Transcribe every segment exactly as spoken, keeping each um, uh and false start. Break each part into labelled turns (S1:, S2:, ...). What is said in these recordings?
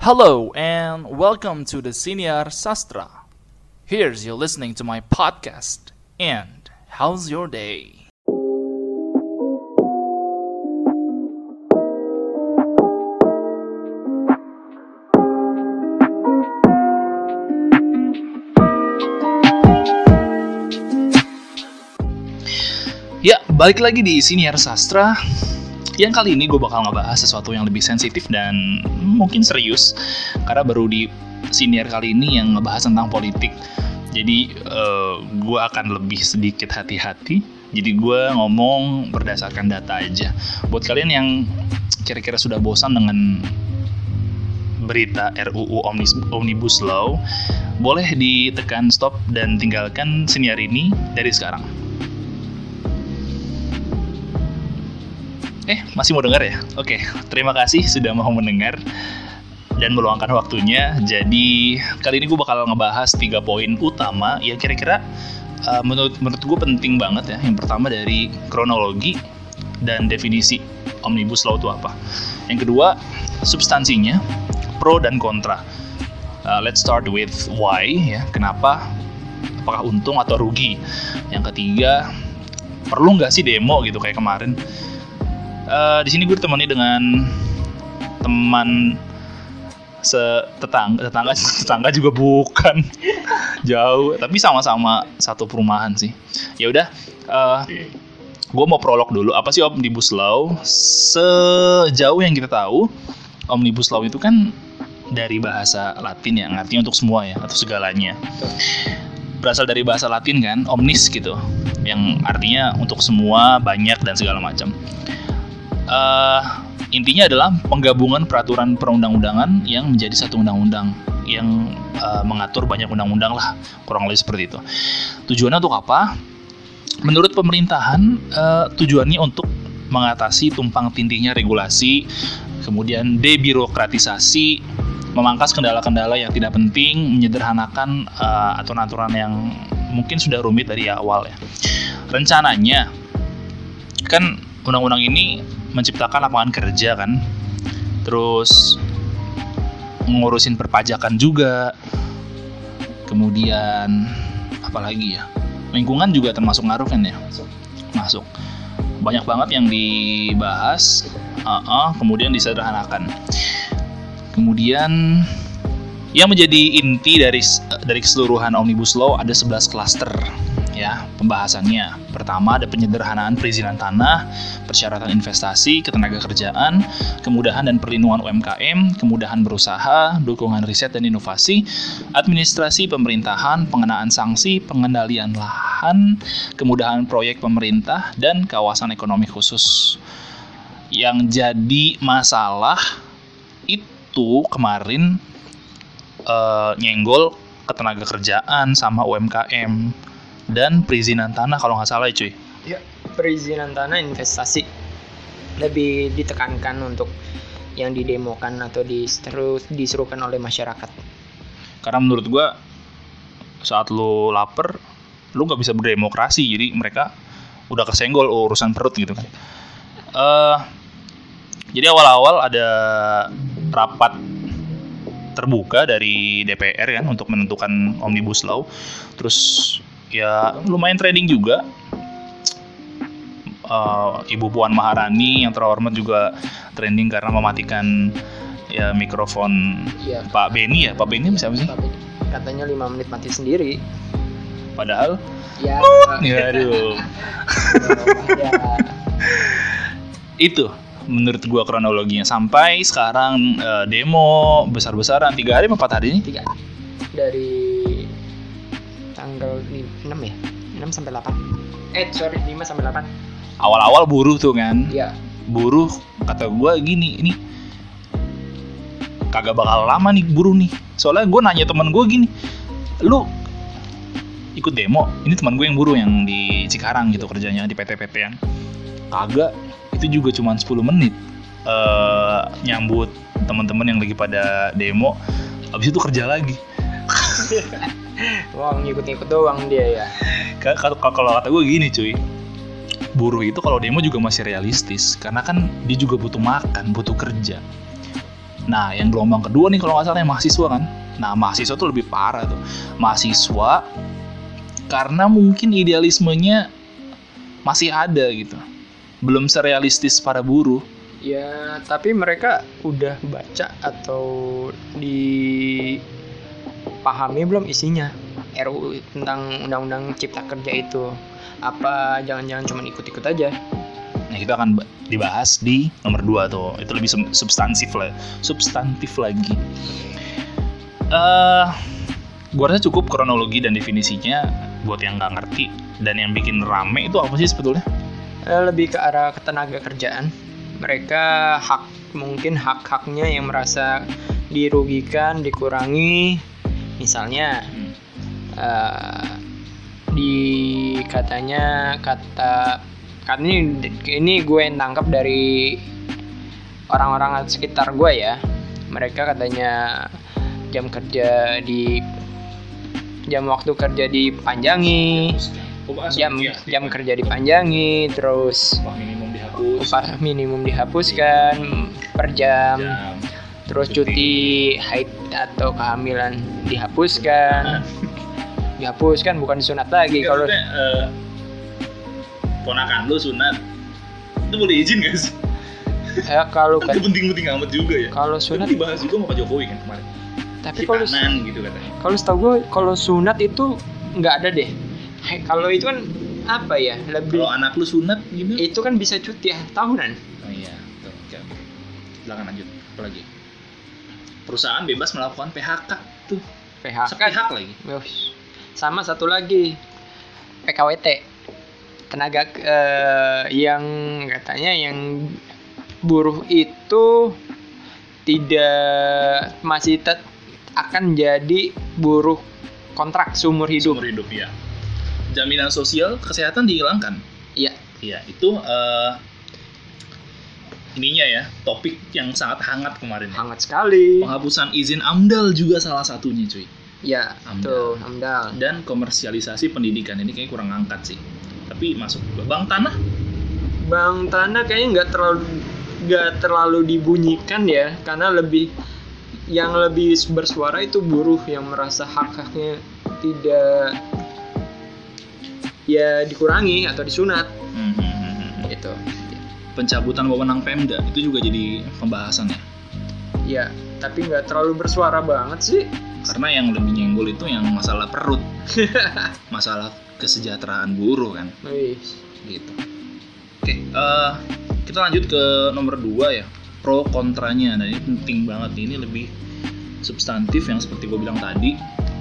S1: Hello and welcome to the Senior Sastra. Here's you listening to my podcast. And how's your day? Ya, balik lagi di Senior Sastra. Yang kali ini gue bakal ngebahas sesuatu yang lebih sensitif dan mungkin serius, karena baru di senior kali ini yang ngebahas tentang politik. Jadi uh, gue akan lebih sedikit hati-hati. Jadi gue ngomong berdasarkan data aja. Buat kalian yang kira-kira sudah bosan dengan berita R U U Omnibus Law, boleh ditekan stop dan tinggalkan senior ini dari sekarang. Eh, masih mau dengar ya? Oke, terima kasih sudah mau mendengar dan meluangkan waktunya. Jadi, kali ini gue bakal ngebahas tiga poin utama yang kira-kira uh, menurut, menurut gue penting banget ya. Yang pertama dari kronologi dan definisi Omnibus Law itu apa. Yang kedua, substansinya, pro dan kontra. Uh, let's start with why, ya. Kenapa? Apakah untung atau rugi? Yang ketiga, perlu nggak sih demo gitu kayak kemarin? Uh, di sini gue ditemani dengan teman setetangga, tetangga, tetangga juga bukan jauh, tapi sama-sama satu perumahan sih. Ya udah, uh, gue mau prolog dulu. Apa sih Omnibus Law? Sejauh yang kita tahu, Omnibus Law itu kan dari bahasa Latin ya, artinya untuk semua ya, atau segalanya. Berasal dari bahasa Latin kan, omnis gitu, yang artinya untuk semua, banyak dan segala macam. Uh, intinya adalah penggabungan peraturan perundang-undangan yang menjadi satu undang-undang yang uh, mengatur banyak undang-undang lah, kurang lebih seperti itu. Tujuannya untuk apa? Menurut pemerintahan, uh, tujuannya untuk mengatasi tumpang tindihnya regulasi, kemudian debirokratisasi, memangkas kendala-kendala yang tidak penting, menyederhanakan uh, aturan-aturan yang mungkin sudah rumit dari awal ya. Rencananya kan undang-undang ini menciptakan lapangan kerja kan, terus ngurusin perpajakan juga, kemudian apalagi ya, lingkungan juga termasuk ngaruh kan ya, masuk banyak banget yang dibahas, uh-uh, kemudian disederhanakan. Kemudian yang menjadi inti dari dari keseluruhan Omnibus Law ada sebelas klaster ya pembahasannya. Pertama ada penyederhanaan perizinan tanah, persyaratan investasi, ketenagakerjaan, kemudahan dan perlindungan U M K M, kemudahan berusaha, dukungan riset dan inovasi, administrasi pemerintahan, pengenaan sanksi, pengendalian lahan, kemudahan proyek pemerintah, dan kawasan ekonomi khusus. Yang jadi masalah itu kemarin uh, nyenggol ketenagakerjaan sama U M K M dan perizinan tanah kalau nggak salah ya cuy.
S2: Ya, perizinan tanah investasi lebih ditekankan untuk yang didemokan atau diseru, diserukan oleh masyarakat.
S1: Karena menurut gua saat lu lapar, lu nggak bisa berdemokrasi, jadi mereka udah kesenggol urusan perut gitu kan. Uh, jadi awal-awal ada rapat terbuka dari D P R kan untuk menentukan Omnibus Law, terus ya lumayan trending juga. uh, Ibu Puan Maharani yang terhormat juga trending karena mematikan ya mikrofon ya. Pak Beni ya, Pak Beni siapa sih?
S2: Katanya lima menit mati sendiri.
S1: Padahal
S2: ya,
S1: ya aduh.
S2: ya.
S1: Itu menurut gua kronologinya sampai sekarang uh, demo besar-besaran tiga hari empat hari ini?
S2: Tiga. Dari tanggal enam ya? enam sampai delapan. Eh, sorry, lima sampai delapan.
S1: Awal-awal buruh tuh kan.
S2: Iya.
S1: Buruh kata gue gini, ini kagak bakal lama nih buruh nih. Soalnya gue nanya teman gue gini, lu ikut demo? Ini teman gue yang buruh yang di Cikarang gitu kerjanya di P T P T-an. Kagak, itu juga cuma sepuluh menit. Uh, nyambut teman-teman yang lagi pada demo, habis itu kerja lagi.
S2: Wah, ngikut-ngikut doang dia ya.
S1: Kalau kata gue gini cuy, buruh itu kalau demo juga masih realistis, karena kan dia juga butuh makan, butuh kerja. Nah, yang gelombang kedua nih kalau nggak salah yang mahasiswa kan. Nah, mahasiswa tuh lebih parah tuh. Mahasiswa karena mungkin idealismenya masih ada gitu. Belum serealistis para buruh.
S2: Ya, tapi mereka udah baca atau dipahami belum isinya R U U tentang Undang-Undang Cipta Kerja itu? Apa jangan-jangan cuma ikut-ikut aja?
S1: Nah, kita akan dibahas di nomor dua tuh. Itu lebih substantif lah, substantif lagi. Uh, gua rasa cukup kronologi dan definisinya buat yang nggak ngerti. Dan yang bikin rame itu apa sih sebetulnya?
S2: Lebih ke arah ketenaga kerjaan. Mereka hak mungkin hak-haknya yang merasa dirugikan, dikurangi. Misalnya hmm. uh, di katanya kata kan ini ini gue yang tangkap dari orang-orang sekitar gue ya. Mereka katanya jam kerja di jam waktu kerja dipanjangi, jam jam kerja dipanjangi, terus
S1: upah minimum dihapus,
S2: upah minimum dihapuskan per jam,
S1: jam.
S2: Terus cuti. cuti haid atau kehamilan dihapuskan, dihapuskan bukan disunat lagi. Kalau
S1: uh, ponakan lu sunat, itu boleh izin nggak sih?
S2: Ya kalau kan
S1: penting-penting amat juga ya.
S2: Kalau sunat
S1: itu dibahas juga sama Pak Jokowi kan kemarin.
S2: Tapi kalau
S1: gitu katanya.
S2: Kalau setahu gue kalau sunat itu nggak ada deh. Hey, kalau itu kan apa ya? Lebih.
S1: Kalau anak lu sunat gitu?
S2: Itu kan bisa cuti tahunan.
S1: Oh iya, betul. Oke, oke. Silakan lanjut. Apa lagi? Perusahaan bebas melakukan P H K tuh.
S2: P H K.
S1: Sepihak lagi.
S2: Sama satu lagi P K W T. Tenaga eh, yang katanya yang buruh itu tidak masih tet, akan jadi buruh kontrak seumur hidup.
S1: Seumur hidup ya. Jaminan sosial kesehatan dihilangkan.
S2: Iya.
S1: Iya, itu uh, ininya ya, topik yang sangat hangat kemarin.
S2: Hangat sekali.
S1: Penghapusan izin AMDAL juga salah satunya, cuy.
S2: Iya, betul, AMDAL.
S1: Dan komersialisasi pendidikan ini kayaknya kurang angkat sih. Tapi masuk juga. Bank Tanah?
S2: Bank Tanah kayaknya nggak terlalu nggak terlalu dibunyikan ya, karena lebih yang lebih bersuara itu buruh yang merasa hak-haknya tidak ya dikurangi atau disunat.
S1: Hmm,
S2: gitu.
S1: Pencabutan wewenang Pemda itu juga jadi pembahasan ya.
S2: Ya, tapi nggak terlalu bersuara banget sih.
S1: Karena yang lebih nyenggol itu yang masalah perut, masalah kesejahteraan buruh kan.
S2: Wih.
S1: Gitu. Oke, uh, kita lanjut ke nomor dua ya, pro kontranya. Nah ini penting banget, ini lebih substantif yang seperti gue bilang tadi.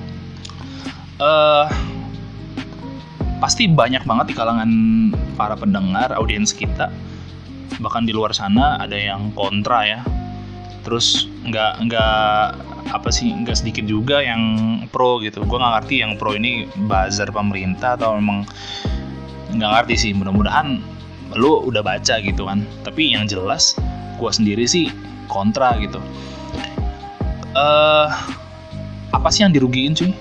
S1: Uh, pasti banyak banget di kalangan para pendengar, audiens kita, bahkan di luar sana ada yang kontra ya. Terus nggak nggak apa sih nggak sedikit juga yang pro gitu. Gue nggak ngerti yang pro ini buzzer pemerintah atau memang nggak ngerti sih. Mudah-mudahan lu udah baca gitu kan. Tapi yang jelas gue sendiri sih kontra gitu. Uh, apa sih yang dirugiin cuy?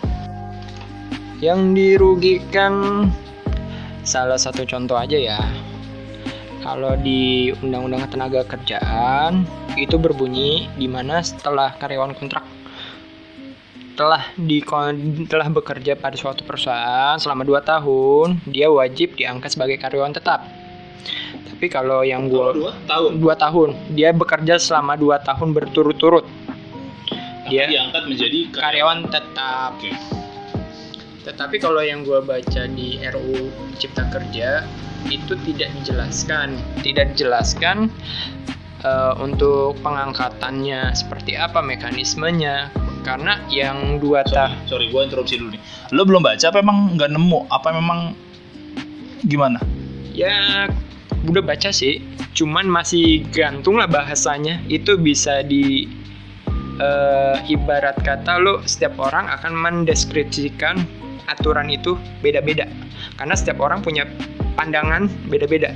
S2: Yang dirugikan salah satu contoh aja ya. Kalau di Undang-Undang Tenaga Kerjaan itu berbunyi di mana setelah karyawan kontrak telah di telah bekerja pada suatu perusahaan selama dua tahun, dia wajib diangkat sebagai karyawan tetap. Tapi kalau yang gua
S1: dua tahun,
S2: dua tahun, dia bekerja selama dua tahun berturut-turut, dia
S1: diangkat menjadi
S2: karyawan, karyawan tetap.
S1: Okay.
S2: Tetapi kalau yang gua baca di R U U Cipta Kerja itu tidak dijelaskan, tidak dijelaskan uh, untuk pengangkatannya seperti apa mekanismenya. Karena yang dua tahun.
S1: Sorry, sorry gue interupsi dulu nih. Lo belum baca apa emang nggak nemu? Apa memang gimana?
S2: Ya, udah baca sih. Cuman masih gantung lah bahasanya. Itu bisa di uh, ibarat kata lo setiap orang akan mendeskripsikan aturan itu beda-beda. Karena setiap orang punya pandangan beda-beda.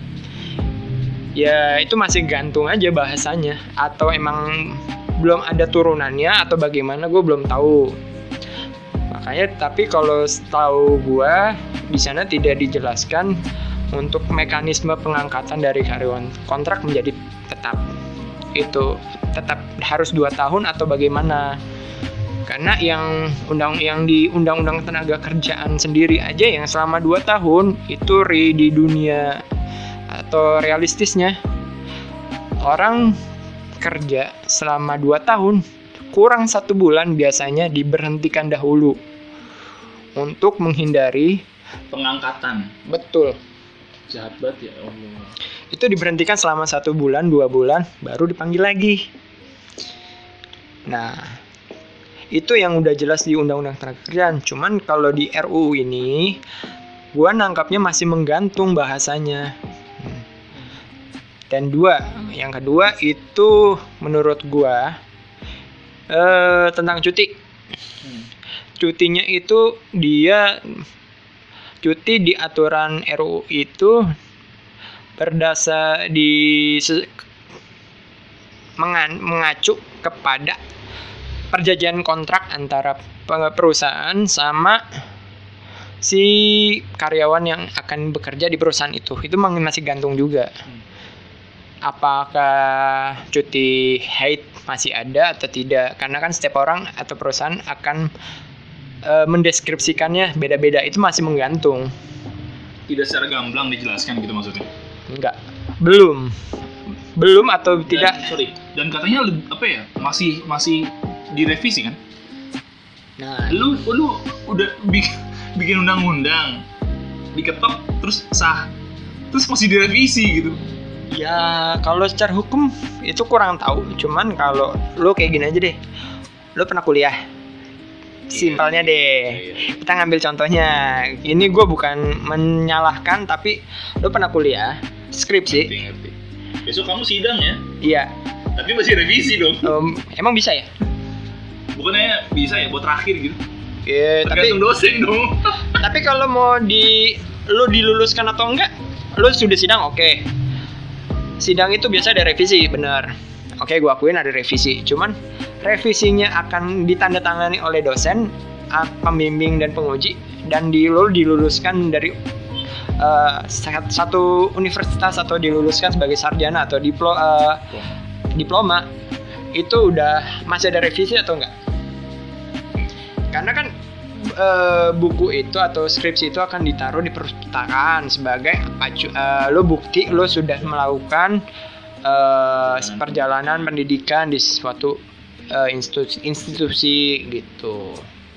S2: Ya, itu masih gantung aja bahasanya. Atau emang belum ada turunannya atau bagaimana gue belum tahu. Makanya tapi kalau setahu gue di sana tidak dijelaskan untuk mekanisme pengangkatan dari karyawan kontrak menjadi tetap. itu tetap harus dua tahun atau bagaimana? Karena yang undang yang di undang-undang tenaga kerjaan sendiri aja yang selama dua tahun itu re di dunia atau realistisnya orang kerja selama dua tahun kurang satu bulan biasanya diberhentikan dahulu untuk menghindari
S1: pengangkatan.
S2: Betul.
S1: Jahat banget ya Allah.
S2: Itu diberhentikan selama satu bulan, dua bulan, baru dipanggil lagi. Nah, itu yang udah jelas di Undang-Undang Tenaga Kerjaan. Cuman kalau di R U U ini, gua nangkapnya masih menggantung bahasanya. Dan dua, yang kedua itu menurut gua eh, tentang cuti. Cutinya itu dia cuti di aturan R U U itu berdasar di mengan, mengacu kepada perjanjian kontrak antara perusahaan sama si karyawan yang akan bekerja di perusahaan itu. Itu masih gantung juga. Apakah cuti haid masih ada atau tidak? Karena kan setiap orang atau perusahaan akan e, mendeskripsikannya beda-beda. Itu masih menggantung.
S1: Tidak secara gamblang dijelaskan gitu maksudnya?
S2: Enggak. Belum. Belum atau
S1: dan,
S2: tidak?
S1: Sorry. Dan katanya apa ya? Masih masih direvisi kan?
S2: Nah,
S1: lu lu udah bikin, bikin undang-undang, diketok terus sah, terus masih direvisi gitu.
S2: Ya kalau secara hukum itu kurang tahu. Cuman kalau lu kayak gini aja deh, lu pernah kuliah. Simpelnya deh.
S1: Iya, iya.
S2: Kita ngambil contohnya. Ini gue bukan menyalahkan, tapi lu pernah kuliah skripsi.
S1: Ngerti, ngerti. Besok kamu sidang ya?
S2: Iya.
S1: Tapi masih revisi dong.
S2: Um, emang bisa ya?
S1: Bukannya bisa ya buat terakhir gitu?
S2: Iya. Tapi
S1: Tergantung dosen dong.
S2: tapi kalau mau di lu diluluskan atau enggak, lu sudah sidang oke. Okay. Sidang itu biasa ada revisi, benar. Oke, okay, gue akuin ada revisi. Cuman revisinya akan ditandatangani oleh dosen, pembimbing dan penguji, dan di lu diluluskan dari uh, satu universitas atau diluluskan sebagai sarjana atau diplo, uh, diploma. Itu udah masih ada revisi atau enggak? Karena kan e, buku itu atau skripsi itu akan ditaruh di perpustakaan sebagai acu, e, lo bukti lo sudah melakukan e, perjalanan pendidikan di suatu e, institusi, institusi gitu.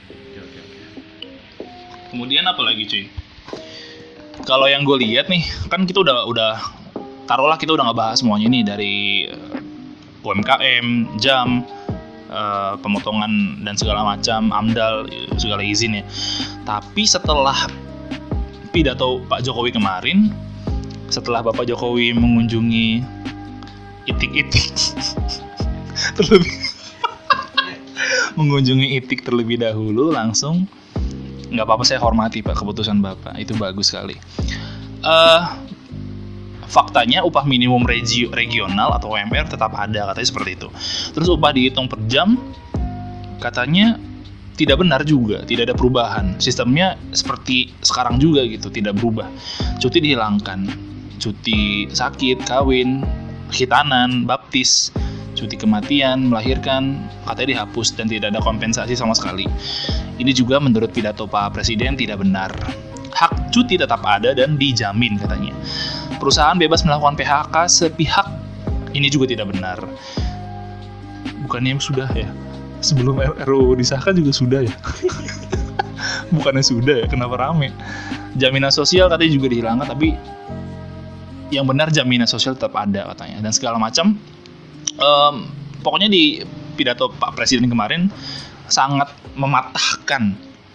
S1: Kemudian apa lagi cuy? Kalau yang gue lihat nih, kan kita udah udah taruhlah kita udah ngebahas semuanya nih dari U M K M, jam, uh, pemotongan dan segala macam, AMDAL, segala izin ya. Tapi setelah pidato Pak Jokowi kemarin, setelah Bapak Jokowi mengunjungi itik-itik terlebih mengunjungi itik terlebih dahulu, langsung nggak apa-apa, saya hormati Pak keputusan Bapak, itu bagus sekali. Uh, Faktanya upah minimum regi- regional atau U M R tetap ada, katanya seperti itu. Terus upah dihitung per jam, katanya tidak benar juga, tidak ada perubahan. Sistemnya seperti sekarang juga gitu, tidak berubah. Cuti dihilangkan, cuti sakit, kawin, khitanan, baptis, cuti kematian, melahirkan, katanya dihapus dan tidak ada kompensasi sama sekali. Ini juga menurut pidato Pak Presiden tidak benar. Hak cuti tetap ada dan dijamin katanya. Perusahaan bebas melakukan P H K sepihak, ini juga tidak benar. Bukannya sudah ya? Sebelum R U U disahkan juga sudah ya? Bukannya sudah ya? Kenapa rame? Jaminan sosial katanya juga dihilangkan, tapi yang benar jaminan sosial tetap ada katanya. Dan segala macam. Um, pokoknya di pidato Pak Presiden kemarin sangat mematahkan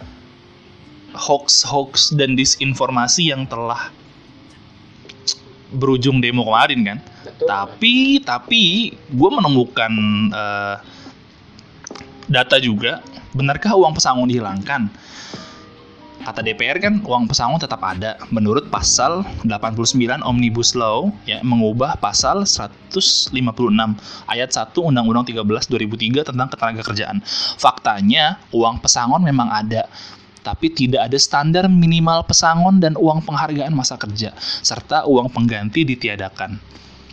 S1: hoax-hoax dan disinformasi yang telah berujung demo kemarin kan.
S2: Betul.
S1: Tapi tapi gue menemukan uh, data juga, benarkah uang pesangon dihilangkan? Kata D P R kan uang pesangon tetap ada. Menurut pasal delapan puluh sembilan Omnibus Law ya, mengubah pasal seratus lima puluh enam ayat satu Undang-Undang tiga belas dua ribu tiga tentang ketenagakerjaan. Faktanya uang pesangon memang ada, tapi tidak ada standar minimal pesangon dan uang penghargaan masa kerja, serta uang pengganti ditiadakan.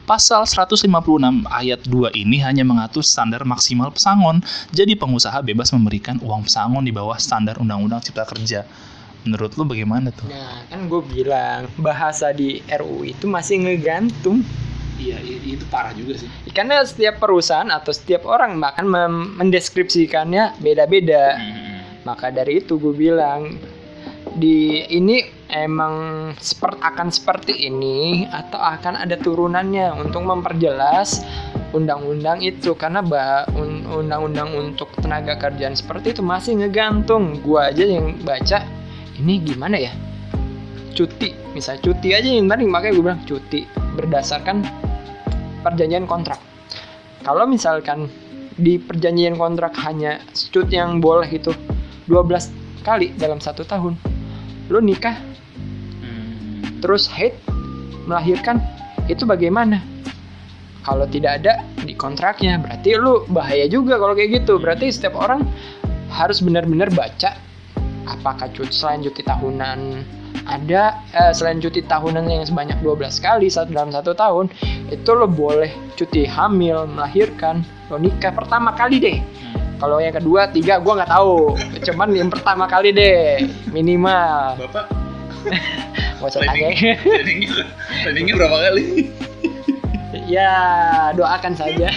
S1: Pasal seratus lima puluh enam ayat dua ini hanya mengatur standar maksimal pesangon. Jadi pengusaha bebas memberikan uang pesangon di bawah standar Undang-Undang Cipta Kerja. Menurut lu bagaimana tuh?
S2: Nah, kan gue bilang bahasa di R U U itu masih ngegantung.
S1: Iya, itu parah juga sih.
S2: Karena setiap perusahaan atau setiap orang bahkan mem- mendeskripsikannya beda-beda. Hmm. Maka dari itu gue bilang di ini emang seperti akan seperti ini atau akan ada turunannya untuk memperjelas undang-undang itu, karena bah, un- undang-undang untuk tenaga kerjaan seperti itu masih ngegantung. Gue aja yang baca ini gimana ya? Cuti, misal cuti aja yang tadi, makanya gue bilang cuti berdasarkan perjanjian kontrak. Kalau misalkan di perjanjian kontrak hanya cuti yang boleh itu dua belas kali dalam satu tahun, lu nikah hmm. terus haid melahirkan, itu bagaimana? Kalau tidak ada di kontraknya, berarti lu bahaya juga kalau kayak gitu. Berarti setiap orang harus benar-benar baca apakah cuti selain cuti tahunan ada eh, selain cuti tahunan yang sebanyak dua belas kali satu dalam satu tahun, itu lo boleh cuti hamil, melahirkan, lo nikah pertama kali deh. Hmm. Kalau yang kedua, tiga, gue nggak tahu. Cuman yang pertama kali deh minimal.
S1: Bapak,
S2: mau tanya.
S1: Trainingnya, trainingnya berapa kali?
S2: Ya doakan saja.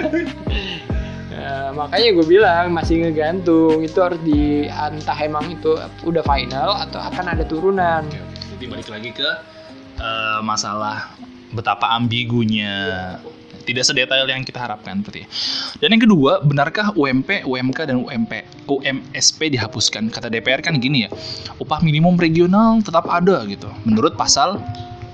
S2: Nah, makanya gue bilang masih ngegantung. Itu harus di entah emang itu udah final atau akan ada turunan.
S1: Oke, oke. Jadi balik lagi ke uh, masalah betapa ambigunya, tidak sedetail yang kita harapkan berarti. Dan yang kedua, benarkah U M P, U M K dan U M P, U M S P dihapuskan? Kata D P R kan gini ya, upah minimum regional tetap ada gitu. Menurut pasal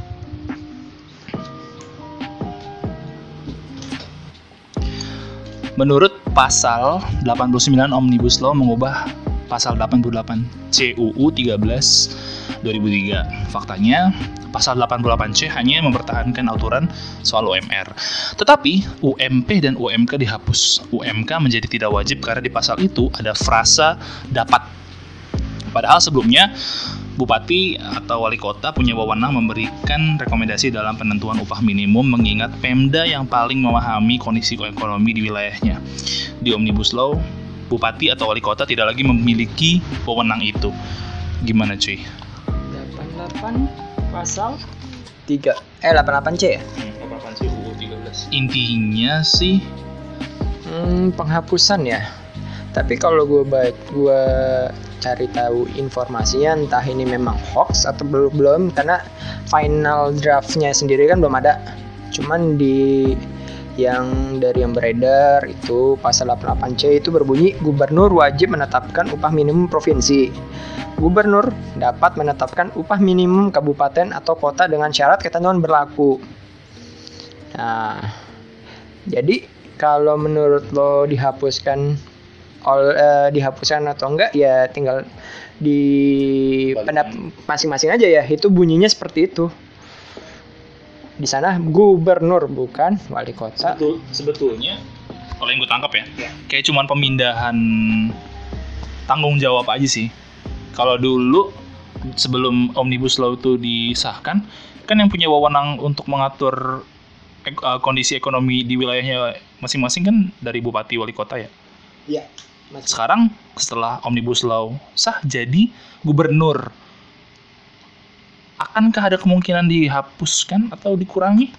S1: Menurut pasal delapan puluh sembilan Omnibus Law mengubah pasal delapan puluh delapan C U U tiga belas dua ribu tiga. Faktanya, pasal delapan puluh delapan C hanya mempertahankan aturan soal U M R. Tetapi U M P dan U M K dihapus. U M K menjadi tidak wajib karena di pasal itu ada frasa dapat. Padahal sebelumnya Bupati atau wali kota punya wewenang memberikan rekomendasi dalam penentuan upah minimum, mengingat Pemda yang paling memahami kondisi ekonomi di wilayahnya. Di Omnibus Law, Bupati atau wali kota tidak lagi memiliki wewenang itu. Gimana cuy?
S2: delapan puluh delapan pasal tiga eh delapan puluh delapan C ya?
S1: Hmm, delapan puluh delapan C U U tiga belas. Intinya sih
S2: hmm, penghapusan ya. Tapi kalau gue baik gue cari tahu informasinya, entah ini memang hoax atau belum belum karena final draftnya sendiri kan belum ada. Cuman di yang dari yang beredar itu pasal delapan puluh delapan C itu berbunyi gubernur wajib menetapkan upah minimum provinsi. Gubernur dapat menetapkan upah minimum kabupaten atau kota dengan syarat ketentuan berlaku. Nah, jadi kalau menurut lo dihapuskan All, uh, dihapuskan atau enggak ya tinggal di pendapat masing-masing aja ya. Itu bunyinya seperti itu. Di sana gubernur bukan wali kota.
S1: Sebetul, sebetulnya kalau yang gue tangkap ya, ya, kayak cuman pemindahan tanggung jawab aja sih. Kalau dulu sebelum Omnibus Law itu disahkan, kan yang punya wewenang untuk mengatur ek- uh, kondisi ekonomi di wilayahnya masing-masing kan dari bupati wali kota ya.
S2: Iya.
S1: Sekarang setelah Omnibus Law sah jadi gubernur, akankah ada kemungkinan dihapuskan atau dikurangi?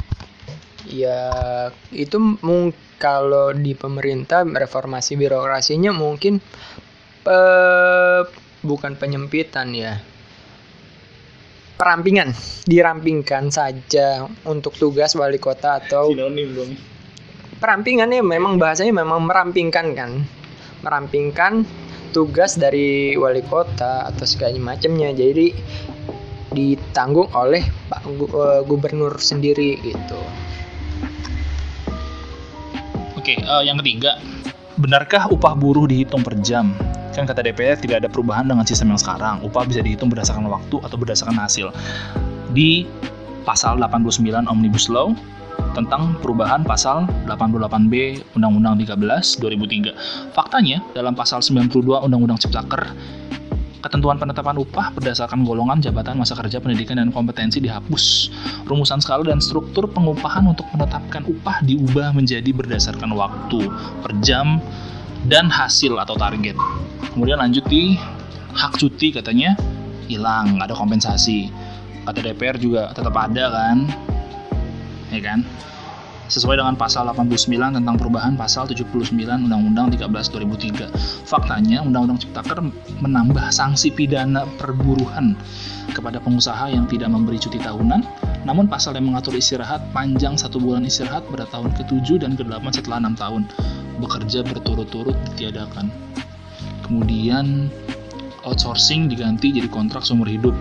S2: Ya itu mung- kalau di pemerintah reformasi birokrasinya mungkin pe- bukan penyempitan ya, perampingan, dirampingkan saja untuk tugas wali kota atau
S1: sinonim dong.
S2: Perampingannya memang bahasanya memang merampingkan kan. Merampingkan tugas dari wali kota atau segala macamnya, jadi ditanggung oleh Pak Gubernur sendiri gitu.
S1: Oke, uh, yang ketiga, benarkah upah buruh dihitung per jam? Kan kata D P R tidak ada perubahan dengan sistem yang sekarang. Upah bisa dihitung berdasarkan waktu atau berdasarkan hasil. Di pasal delapan puluh sembilan Omnibus Law tentang perubahan pasal delapan puluh delapan B Undang-Undang tiga belas dua ribu tiga. Faktanya, dalam pasal sembilan puluh dua Undang-Undang Ciptaker Ketentuan penetapan upah berdasarkan golongan, jabatan, masa kerja, pendidikan, dan kompetensi dihapus. Rumusan skala dan struktur pengupahan untuk menetapkan upah diubah menjadi berdasarkan waktu per jam dan hasil atau target. Kemudian lanjut di hak cuti, katanya hilang, ada kompensasi. Kata D P R juga tetap ada kan, ya kan? Sesuai dengan pasal delapan puluh sembilan tentang perubahan pasal tujuh puluh sembilan Undang-Undang tiga belas dua ribu tiga. Faktanya, Undang-Undang Ciptaker menambah sanksi pidana perburuan kepada pengusaha yang tidak memberi cuti tahunan, namun pasal yang mengatur istirahat panjang satu bulan istirahat pada tahun ketujuh dan kedelapan setelah enam tahun bekerja berturut-turut ditiadakan. Kemudian outsourcing diganti jadi kontrak seumur hidup.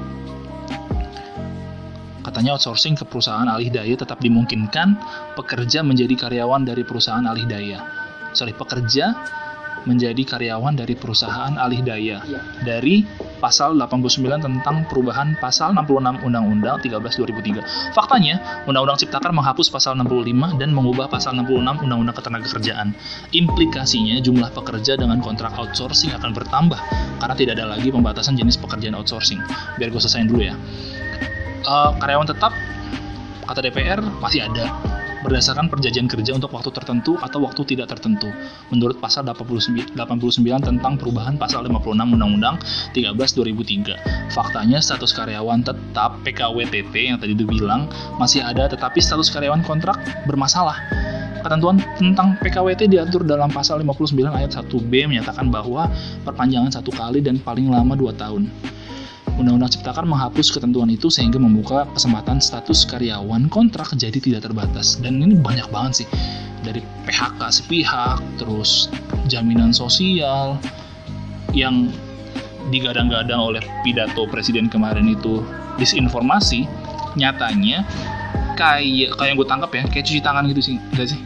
S1: Katanya outsourcing ke perusahaan alih daya tetap dimungkinkan, pekerja menjadi karyawan dari perusahaan alih daya. Sorry, pekerja menjadi karyawan dari perusahaan alih daya.
S2: Iya.
S1: Dari pasal delapan puluh sembilan tentang perubahan pasal enam puluh enam Undang-Undang tiga belas dua ribu tiga. Faktanya, Undang-Undang Ciptaker menghapus pasal enam puluh lima dan mengubah pasal enam puluh enam Undang-Undang Ketenagakerjaan. Implikasinya, jumlah pekerja dengan kontrak outsourcing akan bertambah karena tidak ada lagi pembatasan jenis pekerjaan outsourcing. Biar gue selesain dulu ya. Uh, karyawan tetap, kata D P R, masih ada berdasarkan perjanjian kerja untuk waktu tertentu atau waktu tidak tertentu menurut pasal delapan puluh sembilan tentang perubahan pasal lima puluh enam Undang-Undang tiga belas dua ribu tiga. Faktanya, status karyawan tetap P K W T T yang tadi dibilang masih ada, tetapi status karyawan kontrak bermasalah. Ketentuan tentang P K W T diatur dalam pasal lima puluh sembilan ayat satu B menyatakan bahwa perpanjangan satu kali dan paling lama dua tahun. Undang-Undang Ciptaker menghapus ketentuan itu sehingga membuka kesempatan status karyawan kontrak jadi tidak terbatas. Dan ini banyak banget sih, dari P H K sepihak, terus jaminan sosial yang digadang-gadang oleh pidato presiden kemarin itu disinformasi, nyatanya kayak kayak yang gue tangkap ya, kayak cuci tangan gitu sih, enggak sih?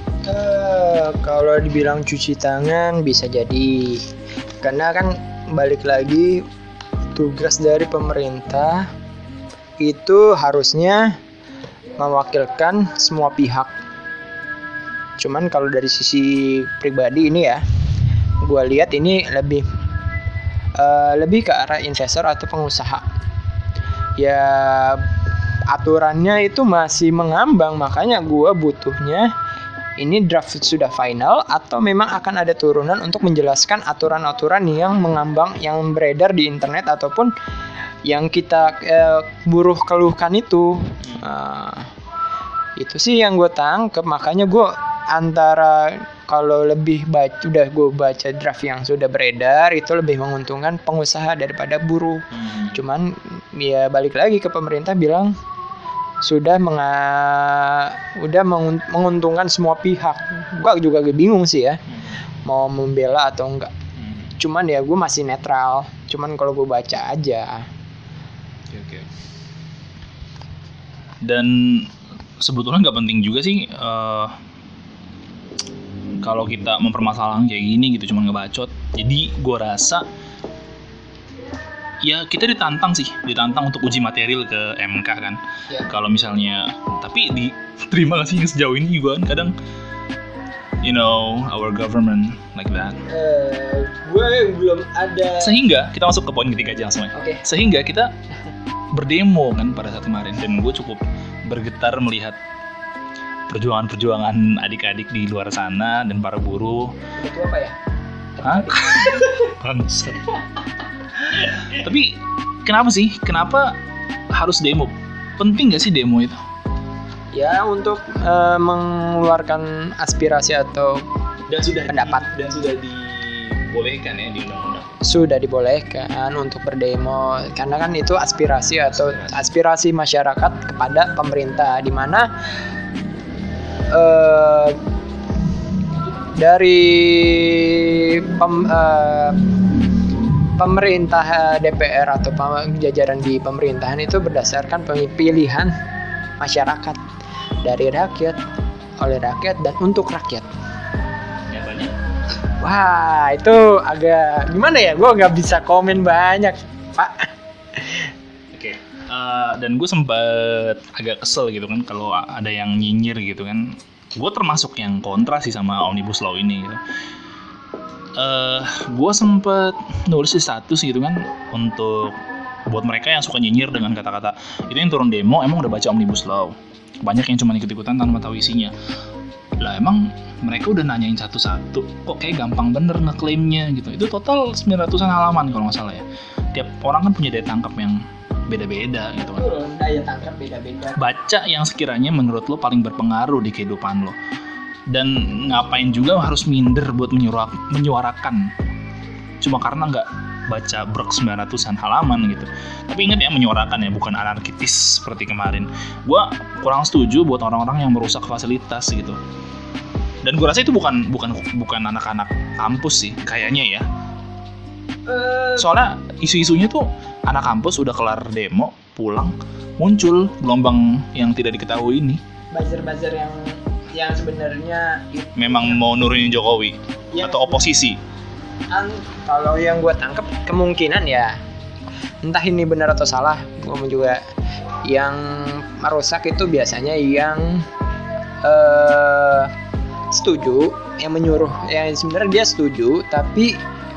S2: Uh, kalau dibilang cuci tangan bisa jadi, karena kan balik lagi tugas dari pemerintah itu harusnya mewakilkan semua pihak. Cuman kalau dari sisi pribadi ini ya, gue lihat ini lebih uh, lebih ke arah investor atau pengusaha. Ya aturannya itu masih mengambang, makanya gue butuhnya ini draft sudah final atau memang akan ada turunan untuk menjelaskan aturan-aturan yang mengambang, yang beredar di internet ataupun yang kita eh, buruh keluhkan itu. Uh, itu sih yang gue tangkep, makanya gue antara kalau lebih baca, udah gue baca draft yang sudah beredar itu lebih menguntungkan pengusaha daripada buruh. Hmm. Cuman ya balik lagi ke pemerintah bilang sudah menga- udah menguntungkan semua pihak. Gue juga bingung sih ya, mau membela atau enggak. Cuman ya gue masih netral. Cuman kalau gue baca aja.
S1: Oke, oke. Dan sebetulnya nggak penting juga sih uh, kalau kita mempermasalahkan kayak gini gitu, cuman ngebacot. Jadi gue rasa ya kita ditantang sih, ditantang untuk uji material ke M K kan. Ya. Kalau misalnya, tapi diterima gak sih sejauh ini juga kan kadang, you know, our government like that.
S2: Uh, gue belum ada.
S1: Sehingga kita masuk ke poin ketiga aja langsung.
S2: Okay.
S1: Sehingga kita berdemo kan pada saat kemarin, dan gue cukup bergetar melihat perjuangan-perjuangan adik-adik di luar sana dan para buruh.
S2: Itu apa ya?
S1: Hah? Bangsa. Tapi kenapa sih? Kenapa harus demo? Penting gak sih demo itu?
S2: Ya untuk uh, mengeluarkan aspirasi atau
S1: dan sudah
S2: pendapat
S1: di, dan sudah dibolehkan ya di undang-undang. Sudah
S2: dibolehkan untuk berdemo karena kan itu aspirasi atau aspirasi, aspirasi masyarakat kepada pemerintah, di mana uh, dari pem, uh, pemerintah D P R atau jajaran di pemerintahan itu berdasarkan pemilihan masyarakat dari rakyat, oleh rakyat, dan untuk rakyat.
S1: Nyatanya?
S2: Wah, itu agak gimana ya? Gue nggak bisa komen banyak, Pak.
S1: Oke. Okay. Uh, dan gue sempat agak kesel gitu kan kalau ada yang nyinyir gitu kan. Gue termasuk yang kontra sih sama Omnibus Law ini gitu. uh, gue sempet nulis di status gitu kan, untuk buat mereka yang suka nyinyir dengan kata-kata itu yang turun demo emang udah baca Omnibus Law. Banyak yang cuma ikut-ikutan tanpa tahu isinya. Lah emang mereka udah nanyain satu-satu, kok kayak gampang bener ngeklaimnya gitu. Itu total sembilan ratusan halaman kalau nggak salah ya. Tiap orang kan punya daya tangkap yang beda-beda gitu kan.
S2: Betul, daya tangkap beda-beda.
S1: Baca yang sekiranya menurut lo paling berpengaruh di kehidupan lo. Dan ngapain juga harus minder buat menyuara- menyuarakan cuma karena nggak baca brok sembilan ratusan halaman gitu. Tapi ingat ya, menyuarakan ya, bukan anarkitis seperti kemarin. Gua kurang setuju buat orang-orang yang merusak fasilitas gitu. Dan gue rasa itu bukan bukan bukan anak-anak kampus sih kayaknya ya. Soalnya isu-isunya tuh anak kampus udah kelar demo, pulang, muncul gelombang yang tidak diketahui ini.
S2: Buzzer-buzzer yang yang sebenarnya
S1: memang mau nurunin Jokowi
S2: ya,
S1: atau oposisi.
S2: An, kalau yang gue tangkap kemungkinan ya, entah ini benar atau salah, gue mau juga yang merusak itu biasanya yang uh, setuju, yang menyuruh, yang sebenarnya dia setuju tapi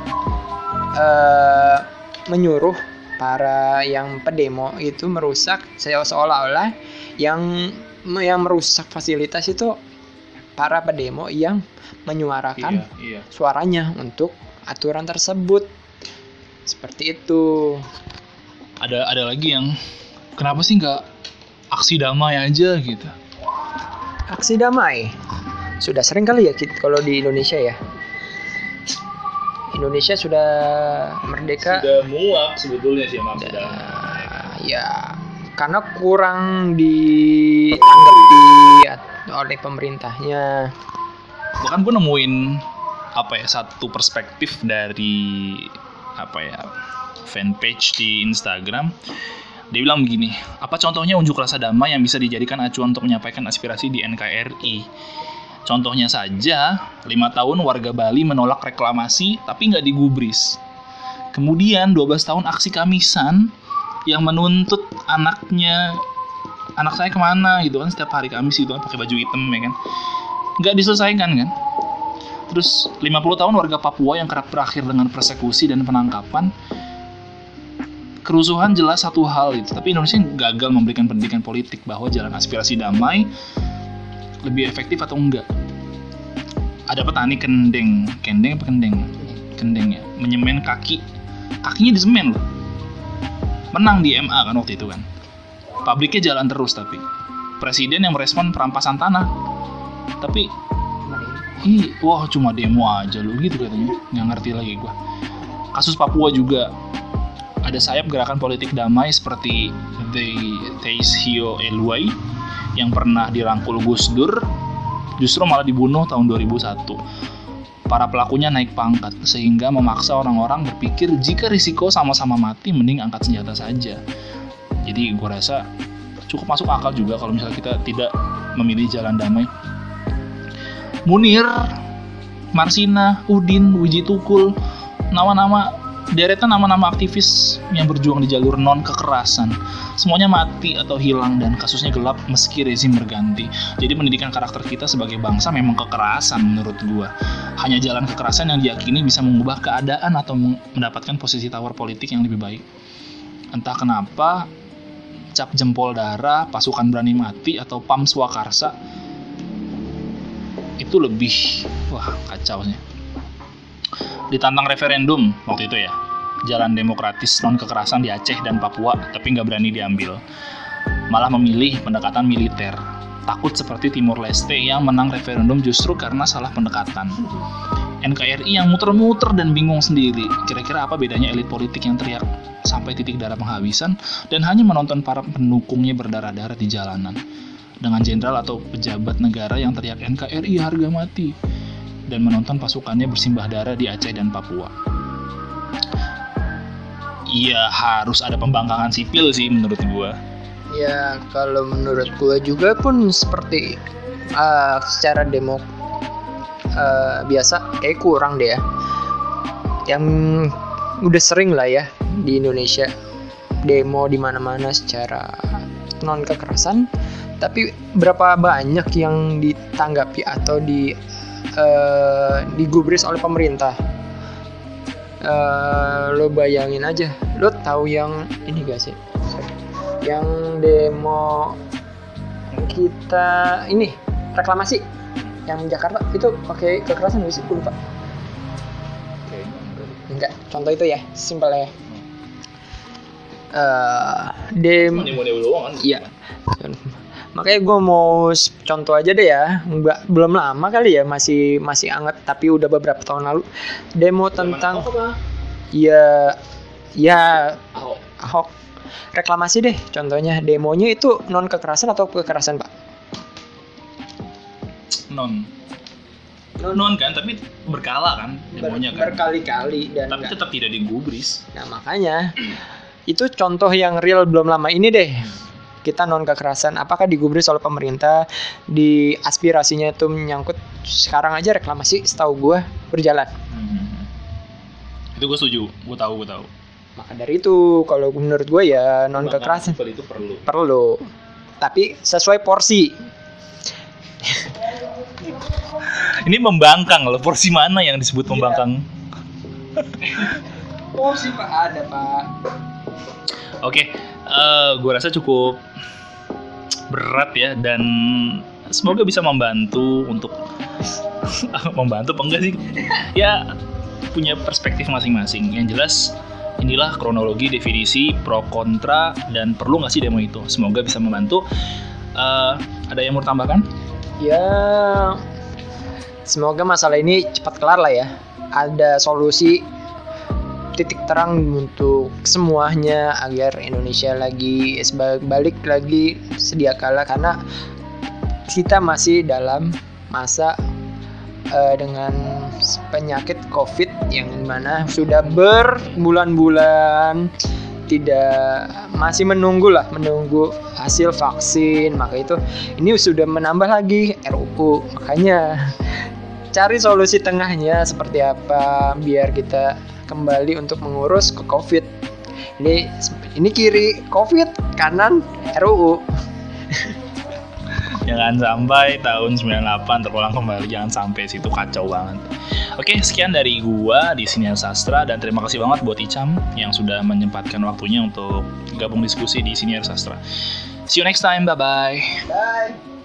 S2: uh, menyuruh para yang pedemo itu merusak, seolah-olah yang yang merusak fasilitas itu para pedemo yang menyuarakan
S1: iya, iya.
S2: suaranya untuk aturan tersebut. Seperti itu.
S1: Ada ada lagi yang kenapa sih nggak aksi damai aja gitu?
S2: Aksi damai sudah sering kali ya kalau di Indonesia ya. Indonesia sudah merdeka.
S1: Sudah muak sebetulnya sih maksud
S2: sudah,
S1: damai.
S2: Ya, karena kurang ditanggapi oleh pemerintahnya.
S1: Bahkan gue nemuin apa ya, satu perspektif dari apa ya, fanpage di Instagram. Dia bilang begini, apa contohnya unjuk rasa damai yang bisa dijadikan acuan untuk menyampaikan aspirasi di N K R I? Contohnya saja, lima tahun warga Bali menolak reklamasi tapi nggak digubris. Kemudian dua belas tahun aksi Kamisan yang menuntut anaknya, anak saya kemana gitu kan, setiap hari Kamis gitu kan pakai baju hitam ya kan, nggak diselesaikan kan. Terus lima puluh tahun warga Papua yang kerap berakhir dengan persekusi dan penangkapan. Kerusuhan jelas satu hal itu, tapi Indonesia gagal memberikan pendidikan politik bahwa jalan aspirasi damai lebih efektif atau enggak. Ada petani kendeng, kendeng apa kendeng? Kendeng ya, menyemen kaki, kakinya disemen loh. Menang di M A kan waktu itu kan. Pabriknya jalan terus tapi presiden yang merespon perampasan tanah. Tapi ih, wah cuma demo aja lu gitu katanya. Nggak ngerti lagi gua. Kasus Papua juga ada sayap gerakan politik damai seperti The Taisio Eluai yang pernah dirangkul Gus Dur, justru malah dibunuh tahun dua ribu satu. Para pelakunya naik pangkat, sehingga memaksa orang-orang berpikir jika risiko sama-sama mati, mending angkat senjata saja. Jadi gue rasa cukup masuk akal juga kalau misalnya kita tidak memilih jalan damai. Munir, Marsina, Udin, Wiji Tukul, nama-nama deretan nama-nama aktivis yang berjuang di jalur non-kekerasan. Semuanya mati atau hilang dan kasusnya gelap meski rezim berganti. Jadi pendidikan karakter kita sebagai bangsa memang kekerasan menurut gua. Hanya jalan kekerasan yang diyakini bisa mengubah keadaan atau mendapatkan posisi tawar politik yang lebih baik. Entah kenapa, cap jempol darah, pasukan berani mati, atau P A M Swakarsa itu lebih, wah kacau sih. Ditantang referendum waktu itu ya, jalan demokratis non kekerasan di Aceh dan Papua, tapi nggak berani diambil, malah memilih pendekatan militer. Takut seperti Timor Leste yang menang referendum justru karena salah pendekatan. N K R I yang muter-muter dan bingung sendiri. Kira-kira apa bedanya elit politik yang teriak sampai titik darah penghabisan dan hanya menonton para pendukungnya berdarah-darah di jalanan, dengan jenderal atau pejabat negara yang teriak N K R I harga mati dan menonton pasukannya bersimbah darah di Aceh dan Papua. Iya, harus ada pembangkangan sipil sih menurut gua.
S2: Ya, kalau menurut gua juga pun seperti uh, secara demo uh, biasa kayak kurang deh ya. Yang udah sering lah ya di Indonesia demo di mana-mana secara non kekerasan, tapi berapa banyak yang ditanggapi atau di uh, digubris oleh pemerintah. Uh, lo bayangin aja, lo tahu yang ini gak sih? Sorry. Yang demo kita ini reklamasi yang Jakarta itu pakai kekerasan gak sih? Gue lupa.
S1: Oke.
S2: Enggak, contoh itu ya, simpel ya. Uh, dem.
S1: Demo-demo doang kan?
S2: Iya. Makanya gue mau contoh aja deh ya, nggak belum lama kali ya, masih masih anget tapi udah beberapa tahun lalu demo tentang ya ya
S1: Ahok.
S2: Ahok reklamasi deh contohnya. Demonya itu non kekerasan atau kekerasan Pak?
S1: Non. Non kan, tapi berkala kan demonya kan.
S2: Berkali-kali dan
S1: tapi
S2: enggak.
S1: Tetap tidak digubris.
S2: Nah makanya itu contoh yang real belum lama ini deh. Kita non kekerasan, apakah digubris oleh pemerintah, di aspirasinya itu menyangkut. Sekarang aja reklamasi setahu gue berjalan.
S1: Hmm. Itu gue setuju, gue tahu gue tahu.
S2: Maka dari itu kalau menurut gue ya non kekerasan
S1: itu perlu.
S2: perlu, tapi sesuai porsi.
S1: Ini membangkang loh, porsi mana yang disebut membangkang?
S2: Porsi Pak ada Pak.
S1: Oke, uh, gue rasa cukup berat ya, dan semoga bisa membantu untuk membantu apa enggak sih? Ya punya perspektif masing-masing. Yang jelas inilah kronologi, definisi, pro kontra, dan perlu nggak sih demo itu. Semoga bisa membantu. Uh, ada yang mau tambahkan?
S2: Ya, semoga masalah ini cepat kelar lah ya. Ada solusi titik terang untuk semuanya agar Indonesia lagi balik lagi sedia kala, karena kita masih dalam masa uh, dengan penyakit COVID yang mana sudah berbulan-bulan tidak masih menunggu lah menunggu hasil vaksin. Maka itu ini sudah menambah lagi R U U, makanya cari solusi tengahnya seperti apa biar kita kembali untuk mengurus ke COVID. Ini ini kiri COVID, kanan R U U.
S1: Jangan sampai tahun sembilan puluh delapan terulang kembali, jangan sampai, situ kacau banget. Oke, sekian dari gua di Siniar Sastra, dan terima kasih banget buat Icam yang sudah menyempatkan waktunya untuk gabung diskusi di Siniar Sastra. See you next time, bye-bye.
S2: Bye.